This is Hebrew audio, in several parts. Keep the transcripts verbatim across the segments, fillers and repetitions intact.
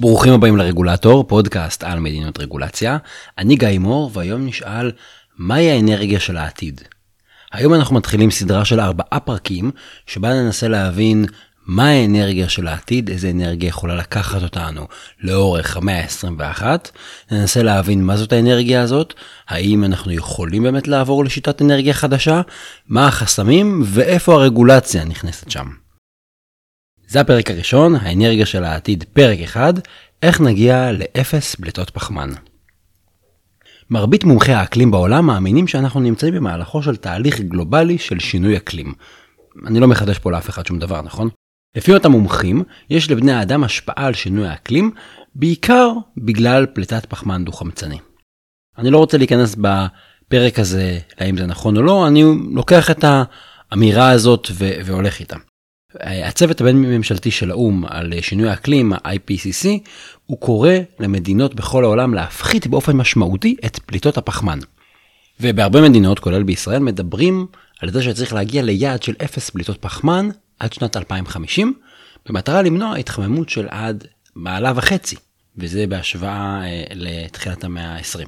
ברוכים הבאים לרגולטור, פודקאסט על מדינות רגולציה. אני גיא מור, והיום נשאל מהי האנרגיה של העתיד. היום אנחנו מתחילים סדרה של ארבעה פרקים, שבה ננסה להבין מה האנרגיה של העתיד, איזה אנרגיה יכולה לקחת אותנו לאורך המאה ה-עשרים ואחת. ננסה להבין מה זאת האנרגיה הזאת, האם אנחנו יכולים באמת לעבור לשיטת אנרגיה חדשה, מה החסמים ואיפה הרגולציה נכנסת שם. זה הפרק הראשון, האנרגיה של העתיד, פרק אחד, איך נגיע לאפס פליטות פחמן. מרבית מומחי האקלים בעולם מאמינים שאנחנו נמצאים במהלכו של תהליך גלובלי של שינוי אקלים. אני לא מחדש פה לאף אחד שום דבר, נכון? לפי אותם מומחים, יש לבני האדם השפעה על שינוי האקלים, בעיקר בגלל פליטת פחמן דו-חמצני. אני לא רוצה להיכנס בפרק הזה, האם זה נכון או לא, אני לוקח את האמירה הזאת ו- והולך איתה. הצוות הבין-ממשלתי של האו"ם על שינוי האקלים, ה-איי פי סי סי, הוא קורא למדינות בכל העולם להפחית באופן משמעותי את פליטות הפחמן. ובהרבה מדינות, כולל בישראל, מדברים על זה שצריך להגיע ליעד של אפס פליטות פחמן עד שנת אלפיים וחמישים, במטרה למנוע התחממות של עד מעלה וחצי, וזה בהשוואה אה, לתחילת המאה ה-עשרים.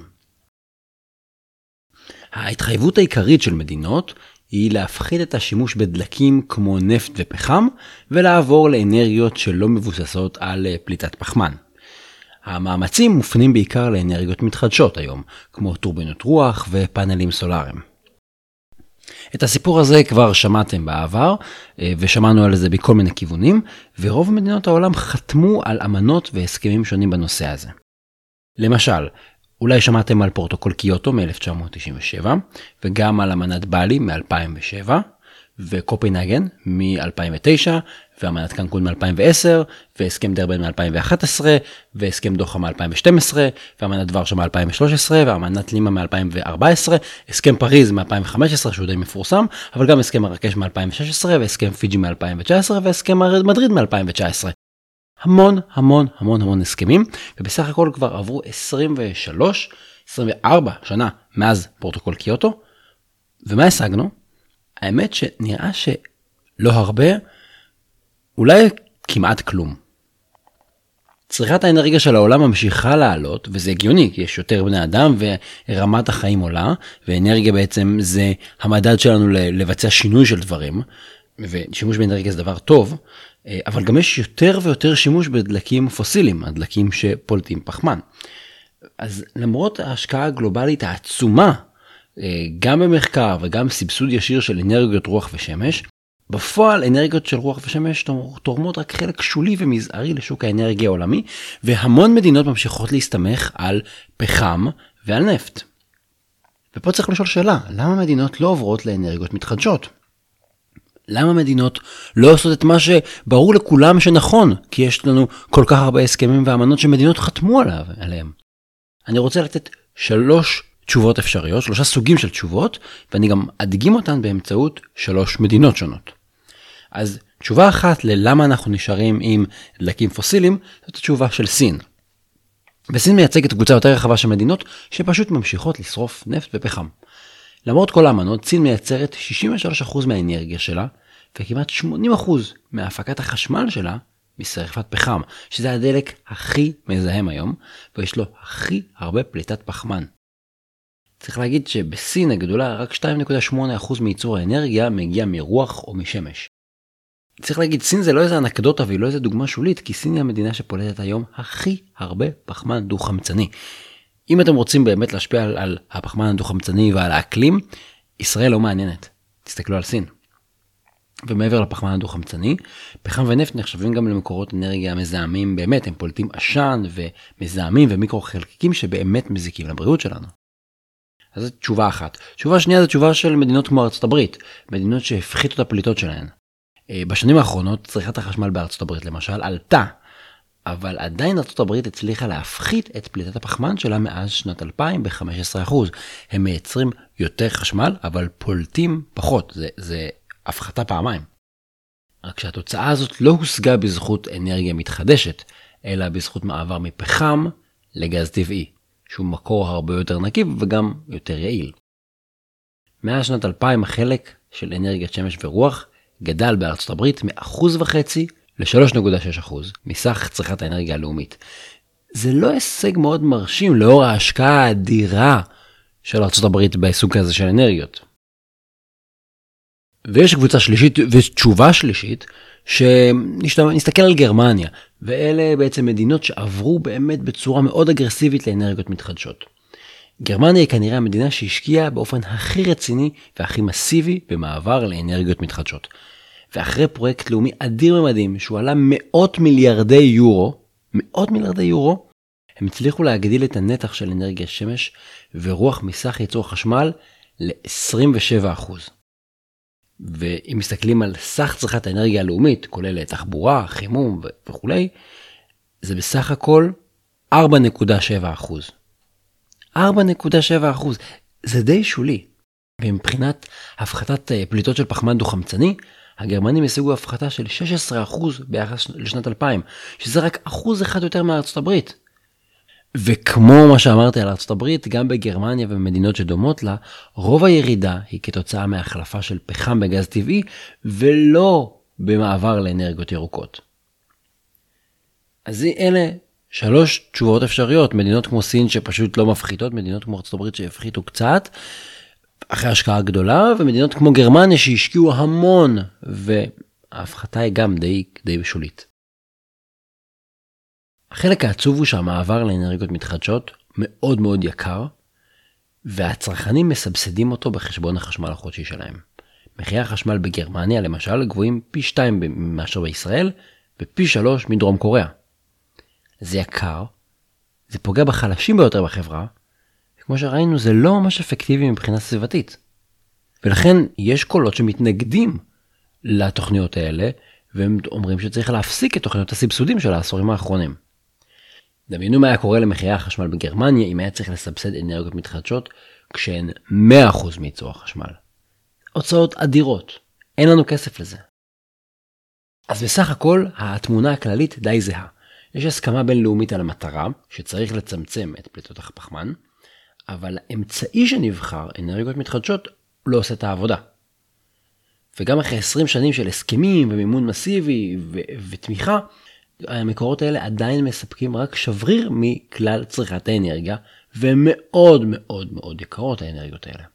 ההתחייבות העיקרית של מדינות היא להפחית את השימוש בדלקים כמו נפט ופחם, ולעבור לאנרגיות שלא מבוססות על פליטת פחמן. המאמצים מופנים בעיקר לאנרגיות מתחדשות היום, כמו טורבינות רוח ופאנלים סולאריים. את הסיפור הזה כבר שמעתם בעבר, ושמענו על זה בכל מיני כיוונים, ורוב מדינות העולם חתמו על אמנות והסכמים שונים בנושא הזה. למשל, אולי שמעתם על פרוטוקול קיוטו מ-אלף תשע מאות תשעים ושבע, וגם על אמנת בלי מ-אלפיים ושבע, וקופנהגן מ-אלפיים ותשע, ואמנת קנקון מ-אלפיים ועשר, והסכם דרבן מ-אלפיים ואחת עשרה, והסכם דוחה מ-אלפיים ושתים עשרה, ואמנת ורשה מ-אלפיים ושלוש עשרה, ואמנת לימה מ-אלפיים וארבע עשרה, הסכם פריז מ-אלפיים וחמש עשרה שהוא די מפורסם, אבל גם הסכם מרקש מ-אלפיים ושש עשרה, והסכם פיג'י מ-אלפיים ותשע עשרה, והסכם מדריד מ-אלפיים ותשע עשרה. המון המון המון המון הסכמים, ובסך הכל כבר עברו עשרים ושלוש עשרים וארבע שנה מאז פרוטוקול קיוטו. ומה השגנו? האמת שנראה שלא הרבה, אולי כמעט כלום. צריכת האנרגיה של העולם ממשיכה לעלות, וזה הגיוני, כי יש יותר בני אדם ורמת החיים עולה, ואנרגיה בעצם זה המדד שלנו לבצע שינוי של דברים, ושימוש באנרגיה זה דבר טוב, אבל גם יש יותר ויותר שימוש בדלקים פוסיליים, הדלקים שפולטים פחמן. אז למרות ההשקעה הגלובלית העצומה, גם במחקר וגם סבסוד ישיר של אנרגיות רוח ושמש, בפועל אנרגיות של רוח ושמש תורמות רק חלק שולי ומזערי לשוק האנרגיה העולמי, והמון מדינות ממשיכות להסתמך על פחם ועל נפט. ופה צריך לשאול שאלה, למה מדינות לא עוברות לאנרגיות מתחדשות? למה מדינות לא עושות את מה שברור לכולם שנכון, כי יש לנו כל כך הרבה הסכמים ואמנות שמדינות חתמו עליו, עליהם. אני רוצה לתת שלוש תשובות אפשריות, שלושה סוגים של תשובות, ואני גם אדגים אותן באמצעות שלוש מדינות שונות. אז תשובה אחת ללמה אנחנו נשארים עם דלקים פוסיליים, זאת התשובה של סין. וסין מייצגת קבוצה יותר רחבה של מדינות שפשוט ממשיכות לשרוף נפט ופחם. למרות כל האמנות, סין מייצרת שישים ושלושה אחוז מהאנרגיה שלה, וכמעט שמונים אחוז מהפקת החשמל שלה משרפת פחם, שזה הדלק הכי מזהם היום, ויש לו הכי הרבה פליטת פחמן. צריך להגיד שבסין הגדולה רק שתיים נקודה שמונה אחוז מייצור האנרגיה מגיע מרוח או משמש. צריך להגיד, סין זה לא איזה אנקדוטה והיא לא איזה דוגמה שולית, כי סין היא המדינה שפולטת היום הכי הרבה פחמן דו-חמצני. אם אתם רוצים באמת להשפיע על, על הפחמן הדו-חמצני ועל האקלים, ישראל לא מעניינת. תסתכלו על סין. ומעבר לפחמן הדו-חמצני, פחם ונפט נחשבים גם למקורות אנרגיה מזהמים באמת, הם פולטים עשן ומזהמים ומיקרו-חלקיקים שבאמת מזיקים לבריאות שלנו. אז זו תשובה אחת. תשובה שנייה זו תשובה של מדינות כמו ארצות הברית, מדינות שהפחיתו את הפליטות שלהן. בשנים האחרונות צריכת החשמל בארצות הברית למשל עלתה, אבל עדיין ארצות הברית הצליחה להפחית את פליטת הפחמן שלה מאז שנת אלפיים ב-חמישה עשר אחוז. הם מייצרים יותר חשמל, אבל פולטים פחות. זה, זה הפחתה פעמיים. רק שהתוצאה הזאת לא הושגה בזכות אנרגיה מתחדשת, אלא בזכות מעבר מפחם לגז טבעי, שהוא מקור הרבה יותר נקי וגם יותר יעיל. מאז שנת אלפיים החלק של אנרגיית שמש ורוח גדל בארצות הברית מאחוז וחצי ל-שלוש נקודה שש אחוז מסך צריכת האנרגיה הלאומית. זה לא הישג מאוד מרשים לאור ההשקעה האדירה של ארצות הברית בסוג הזה של אנרגיות. ויש קבוצה שלישית ותשובה שלישית שנסתכל על גרמניה, ואלה בעצם מדינות שעברו באמת בצורה מאוד אגרסיבית לאנרגיות מתחדשות. גרמניה היא כנראה המדינה שהשקיעה באופן הכי רציני והכי מסיבי במעבר לאנרגיות מתחדשות. ואחרי פרויקט לאומי אדיר ממדים שהוא עלה מאות מיליארדי יורו, מאות מיליארדי יורו, הם הצליחו להגדיל את הנתח של אנרגיה שמש ורוח מסך ייצור חשמל ל-עשרים ושבעה אחוז. ואם מסתכלים על סך צריכת האנרגיה הלאומית, כולל תחבורה, חימום וכו', זה בסך הכל ארבע נקודה שבע אחוז. ארבע נקודה שבע אחוז, זה די שולי. ומבחינת הפחתת פליטות של פחמן דו-חמצני, הגרמנים השיגו הפחתה של שש עשרה אחוז ביחס לשנת אלפיים, שזה רק אחוז אחד יותר מארצות הברית. וכמו מה שאמרתי על ארצות הברית, גם בגרמניה ובמדינות שדומות לה, רוב הירידה היא כתוצאה מהחלפה של פחם בגז טבעי, ולא במעבר לאנרגיות ירוקות. אז אלה שלוש תשובות אפשריות, מדינות כמו סין שפשוט לא מפחיתות, מדינות כמו ארצות הברית שהפחיתו קצת, אחרי השקעה גדולה, ומדינות כמו גרמניה שהשקיעו המון, וההפחתה היא גם די, די בשולית. החלק העצוב הוא שהמעבר לאנרגיות מתחדשות מאוד מאוד יקר, והצרכנים מסבסדים אותו בחשבון החשמל החודשי שלהם. מחירי החשמל בגרמניה למשל גבוהים פי שתיים מאשר בישראל, ופי שלוש מדרום קוריאה. זה יקר, זה פוגע בחלשים ביותר בחברה, וכמו שראינו זה לא ממש אפקטיבי מבחינה סביבתית. ולכן יש קולות שמתנגדים לתוכניות האלה, והם אומרים שצריך להפסיק את תוכניות הסבסודים של העשורים האחרונים. דמיינו מה היה קורה למחירי החשמל בגרמניה אם היה צריך לסבסד אנרגיות מתחדשות כשהן מאה אחוז מייצור החשמל. הוצאות אדירות, אין לנו כסף לזה. אז בסך הכל התמונה הכללית די זהה. יש הסכמה בינלאומית על המטרה שצריך לצמצם את פליטות הפחמן, אבל האמצעי שנבחר, אנרגיות מתחדשות, לא עושה את העבודה. וגם אחרי עשרים שנים של הסכמים ומימון מסיבי ו- ותמיכה, המקורות האלה עדיין מספקים רק שבריר מכלל צריכת האנרגיה, ומאוד מאוד מאוד יקרות האנרגיות האלה.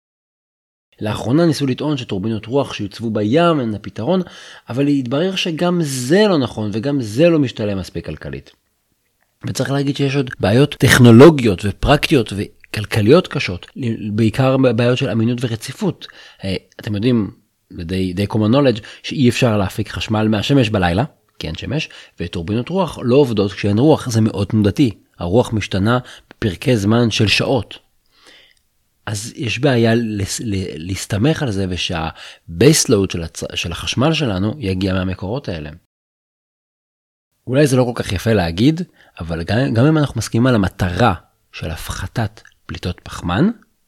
לאחרונה ניסו לטעון שטורבינות רוח שיוצבו בים הן הפתרון, אבל התברר שגם זה לא נכון וגם זה לא משתלם מספיק כלכלית. וצריך להגיד שיש עוד בעיות טכנולוגיות ופרקטיות וכלכליות קשות, בעיקר בעיות של אמינות ורציפות. אתם יודעים, די, די common knowledge, שאי אפשר להפיק חשמל מהשמש בלילה, כי אין שמש, וטורבינות רוח לא עובדות כשאין רוח, זה מאוד תנודתי. הרוח משתנה בפרקי זמן של שעות. אז יש בעיה להסתמך על זה, ושהבייסלוד של, הצ... של החשמל שלנו יגיע מהמקורות האלה. אולי זה לא כל כך יפה להגיד, אבל גם, גם אם אנחנו מסכימים על המטרה של הפחתת פליטות פחמן,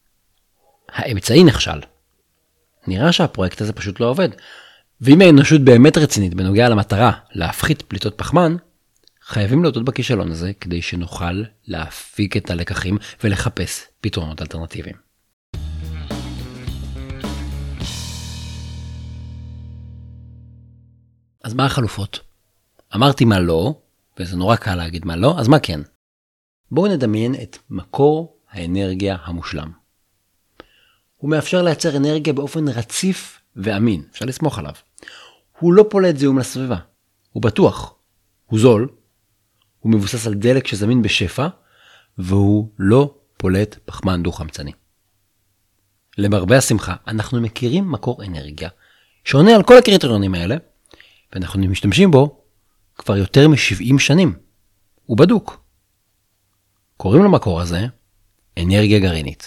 האמצעי נכשל. נראה שהפרויקט הזה פשוט לא עובד. ואם האנושות באמת רצינית בנוגע למטרה להפחית פליטות פחמן, חייבים להודות בכישלון הזה כדי שנוכל להפיק את הלקחים ולחפש פתרונות אלטרנטיביים. אז מה החלופות? אמרתי מה לא, וזה נורא קל להגיד מה לא, אז מה כן? בואו נדמיין את מקור האנרגיה המושלם. הוא מאפשר לייצר אנרגיה באופן רציף ואמין, אפשר לסמוך עליו. הוא לא פולט זיהום לסביבה, הוא בטוח, הוא זול, הוא מבוסס על דלק שזמין בשפע, והוא לא פולט פחמן דו-חמצני. למרבה השמחה, אנחנו מכירים מקור אנרגיה שעונה על כל הקריטריונים האלה, ואנחנו משתמשים בו כבר יותר מ-שבעים שנים. הוא בדוק. קוראים למקור הזה אנרגיה גרעינית.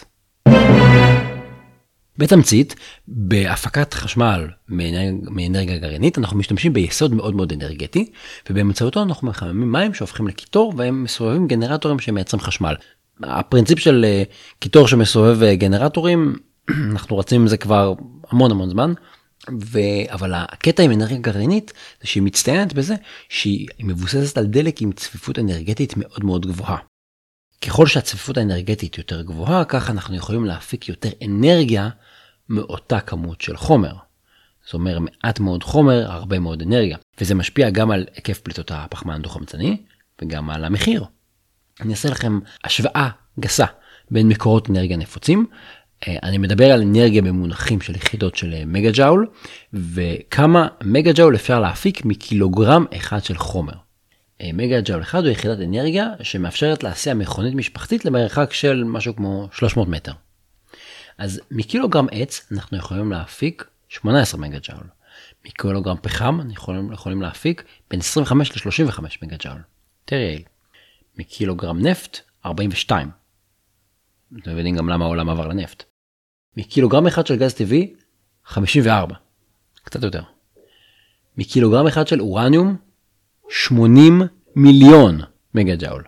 בתמצית, בהפקת חשמל מאנרגיה גרעינית, אנחנו משתמשים ביסוד מאוד מאוד אנרגטי, ובאמצעותו אנחנו מחממים מים שהופכים לקיטור, והם מסובבים גנרטורים שמייצרים חשמל. הפרינציפ של קיטור שמסובב גנרטורים, אנחנו רצים עם זה כבר המון המון זמן, ו... אבל הקטע עם אנרגיה גרעינית, זה שהיא מצטיינת בזה, שהיא מבוססת על דלק עם צפיפות אנרגטית מאוד מאוד גבוהה. ככל שהצפיפות האנרגטית יותר גבוהה, כך אנחנו יכולים להפיק יותר אנרגיה מאותה כמות של חומר. זאת אומרת מעט מאוד חומר, הרבה מאוד אנרגיה. וזה משפיע גם על היקף פליטות הפחמן דו-חמצני, וגם על המחיר. אני אעשה לכם השוואה גסה בין מקורות אנרגיה נפוצים. אני מדבר על אנרגיה במונחים של יחידות של מגה ג'אול, וכמה מגה ג'אול אפשר להפיק מקילוגרם אחד של חומר. מגה ג'אול אחד הוא יחידת אנרגיה שמאפשרת להסיע מכונית משפחתית למרחק של משהו כמו שלוש מאות מטר. אז מקילוגרם עץ אנחנו יכולים להפיק שמונה עשרה מגה ג'אול. מקילוגרם פחם אנחנו יכולים, יכולים להפיק בין עשרים וחמש ל-שלושים וחמש מגה ג'אול. יותר יעיל. מקילוגרם נפט ארבעים ושתיים. אתם מבינים גם למה העולם עבר לנפט. מקילוגרם אחד של גז טבעי חמישים וארבע. קצת יותר. מקילוגרם אחד של אורניום שמונים מיליון מגה ג'אול.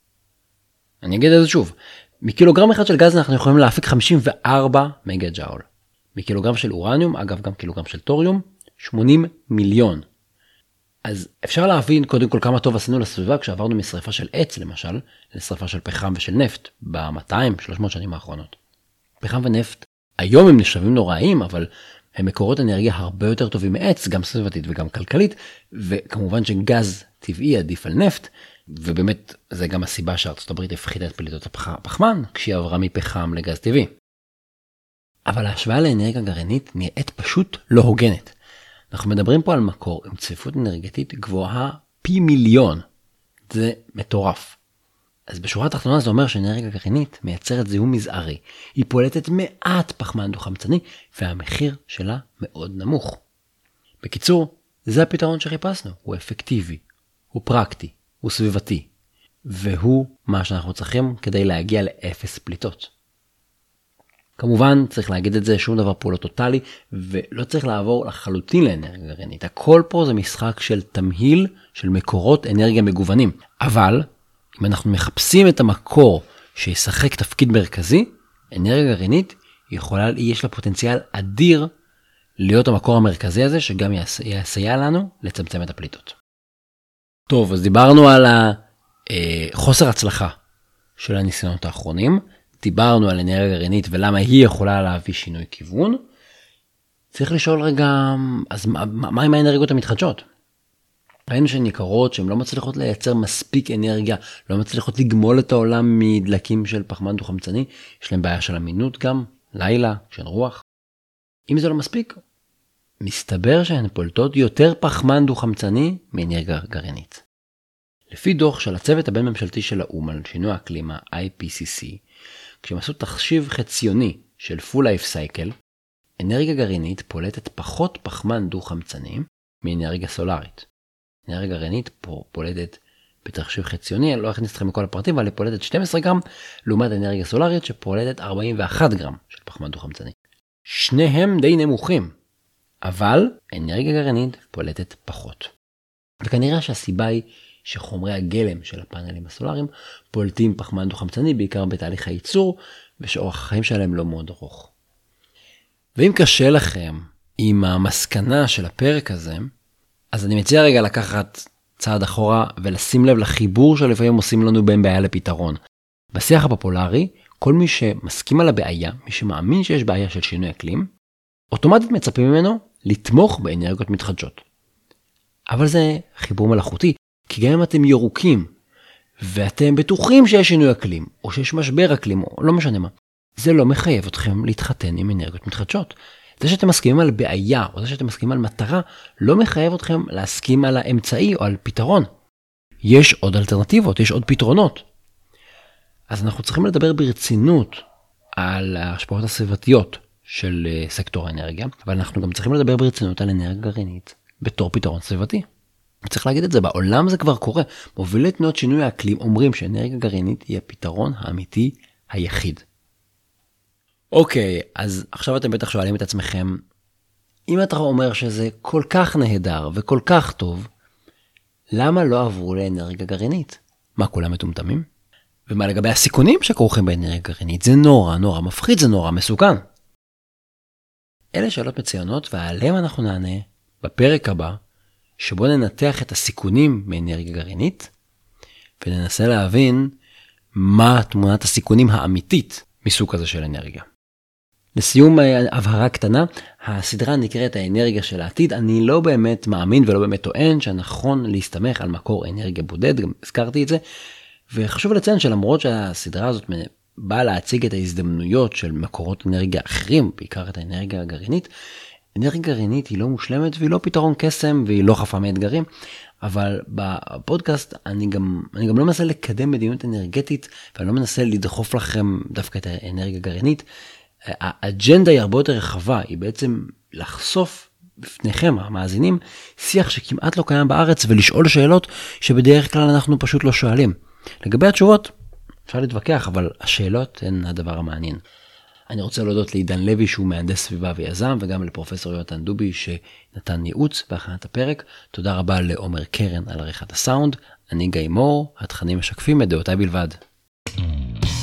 אני אגיד את זה שוב. מקילוגרם אחד של גז אנחנו יכולים להפיק חמישים וארבע מגה ג'אול. מקילוגרם של אורניום, אגב גם קילוגרם של תוריום, שמונים מיליון. אז אפשר להבין קודם כל כמה טוב עשינו לסביבה כשעברנו משריפה של עץ למשל, לשריפה של פחם ושל נפט ב-מאתיים שלוש מאות שנים האחרונות. פחם ונפט היום הם נחשבים נוראים, אבל הם מקורות אנרגיה הרבה יותר טובים מעץ, גם סביבתית וגם כלכלית, וכמובן שגז טבעי עדיף על נפט, ובאמת זה גם הסיבה שארצות הברית הפחיתה את פליטות הפחמן כשהיא עברה מפחם לגז טבעי. אבל ההשוואה לאנרגיה גרעינית נראית פשוט לא הוגנת. אנחנו מדברים פה על מקור עם צפיפות אנרגטית גבוהה פי מיליון. זה מטורף. אז בשורה התחתונה זה אומר שאנרגיה גרעינית מייצרת זיהום מזערי. היא פולטת מעט פחמן דו-חמצני, והמחיר שלה מאוד נמוך. בקיצור, זה הפתרון שחיפשנו. הוא אפקטיבי, הוא פרקטי, הוא סביבתי, והוא מה שאנחנו צריכים כדי להגיע לאפס פליטות. כמובן, צריך להגיד את זה, שום דבר פה לא טוטלי, ולא צריך לעבור לחלוטין לאנרגיה גרעינית. הכל פה זה משחק של תמהיל של מקורות אנרגיה מגוונים. אבל, אם אנחנו מחפשים את המקור שישחק תפקיד מרכזי, אנרגיה גרעינית יכולה, יש לה פוטנציאל אדיר להיות המקור המרכזי הזה, שגם יסייע לנו לצמצם את הפליטות. טוב, אז דיברנו על החוסר הצלחה של הניסיונות האחרונים, דיברנו על אנרגיה גרעינית ולמה היא יכולה להביא שינוי כיוון. צריך לשאול רגע, אז מה, מה עם האנרגיות המתחדשות? ראינו שהן יקרות, שהן לא מצליחות לייצר מספיק אנרגיה, לא מצליחות לגמול את העולם מדלקים של פחמן דו-חמצני, יש להם בעיה של אמינות גם, לילה, של רוח. אם זה לא מספיק, מסתבר שהן פולטות יותר פחמן דו-חמצני מאנרגיה גרעינית. לפי דוח של הצוות הבין ממשלתי של האו"ם על שינוי האקלים, ה-איי פי סי סי, כשהם עשו תחשיב חציוני של full life cycle, אנרגיה גרעינית פולטת פחות פחמן דו-חמצני מאנרגיה סולארית. אנרגיה גרעינית פולטת בתחשיב חציוני, אני לא אכניס אתכם מכל הפרטים, אבל היא פולטת שנים עשר גרם, לעומת אנרגיה סולארית שפולטת ארבעים ואחד גרם של פחמן דו-חמצני. שניהם די נמוכים, אבל אנרגיה גרעינית פולטת פחות. וכנראה שהסיבה היא שחומרי הגלם של הפאנלים הסולאריים פולטים פחמן דו-חמצני בעיקר בתהליך הייצור, ושאורח החיים שלהם לא מאוד ארוך. ואם קשה לכם עם המסקנה של הפרק הזה, אז אני מציע רגע לקחת צעד אחורה ולשים לב לחיבור שלפעמים עושים לנו בין בעיה לפתרון. בשיח הפופולרי, כל מי שמסכים על הבעיה, מי שמאמין שיש בעיה של שינוי אקלים, אוטומטית מצפים ממנו לתמוך באנרגיות מתחדשות. אבל זה חיבור מלאכותי, כי גם אם אתם ירוקים, ואתם בטוחים שיש שינוי אקלים, או שיש משבר אקלים, או לא משנה מה, זה לא מחייב אתכם להתחתן עם אנרגיות מתחדשות. זה שאתם מסכימים על בעיה, או זה שאתם מסכימים על מטרה, לא מחייב אתכם להסכים על האמצעי או על פתרון. יש עוד אלטרנטיבות, יש עוד פתרונות. אז אנחנו צריכים לדבר ברצינות על ההשפעות הסביבתיות של סקטור האנרגיה, אבל אנחנו גם צריכים לדבר ברצינות על אנרגיה גרעינית בתור פתרון סביבתי. צריך להגיד את זה, בעולם זה כבר קורה. מובילי תנועות שינוי האקלים אומרים שאנרגיה גרעינית היא הפתרון האמיתי היחיד. אוקיי, אז עכשיו אתם בטח שואלים את עצמכם, אם אתה אומר שזה כל כך נהדר וכל כך טוב, למה לא עברו לאנרגיה גרעינית? מה, כולם מטומטמים? ומה לגבי הסיכונים שכרוכים באנרגיה גרעינית? זה נורא נורא מפחיד, זה נורא מסוכן. אלה שאלות מצוינות, ועליהם אנחנו נענה בפרק הבא, שבו ננתח את הסיכונים מאנרגיה גרעינית, וננסה להבין מה תמונת הסיכונים האמיתית מסוג הזה של אנרגיה. לסיום, הבהרה קטנה, הסדרה נקראת האנרגיה של העתיד. אני לא באמת מאמין ולא באמת טוען שנכון להסתמך על מקור אנרגיה בודד, גם הזכרתי את זה, וחשוב לציין שלמרות שהסדרה הזאת באה להציג את ההזדמנויות של מקורות אנרגיה אחרים, בעיקר את האנרגיה הגרעינית, אנרגיה גרעינית היא לא מושלמת והיא לא פתרון קסם והיא לא חפה מאתגרים, אבל בפודקאסט אני גם, אני גם לא מנסה לקדם מדיניות אנרגטית, ואני לא מנסה לדחוף לכם דווקא את האנרגיה הגרעינית. האג'נדה היא הרבה יותר רחבה, היא בעצם לחשוף בפניכם, המאזינים, שיח שכמעט לא קיים בארץ, ולשאול שאלות שבדרך כלל אנחנו פשוט לא שואלים. לגבי התשובות, אפשר להתווכח, אבל השאלות הן הדבר המעניין. אני רוצה להודות לעידן לוי שהוא מהנדס סביבה ויזם, וגם לפרופסור יונתן דובי שנתן ייעוץ בהכנת הפרק. תודה רבה לעומר קרן על עריכת הסאונד. אני גיא מור, התכנים משקפים את דעותיי בלבד.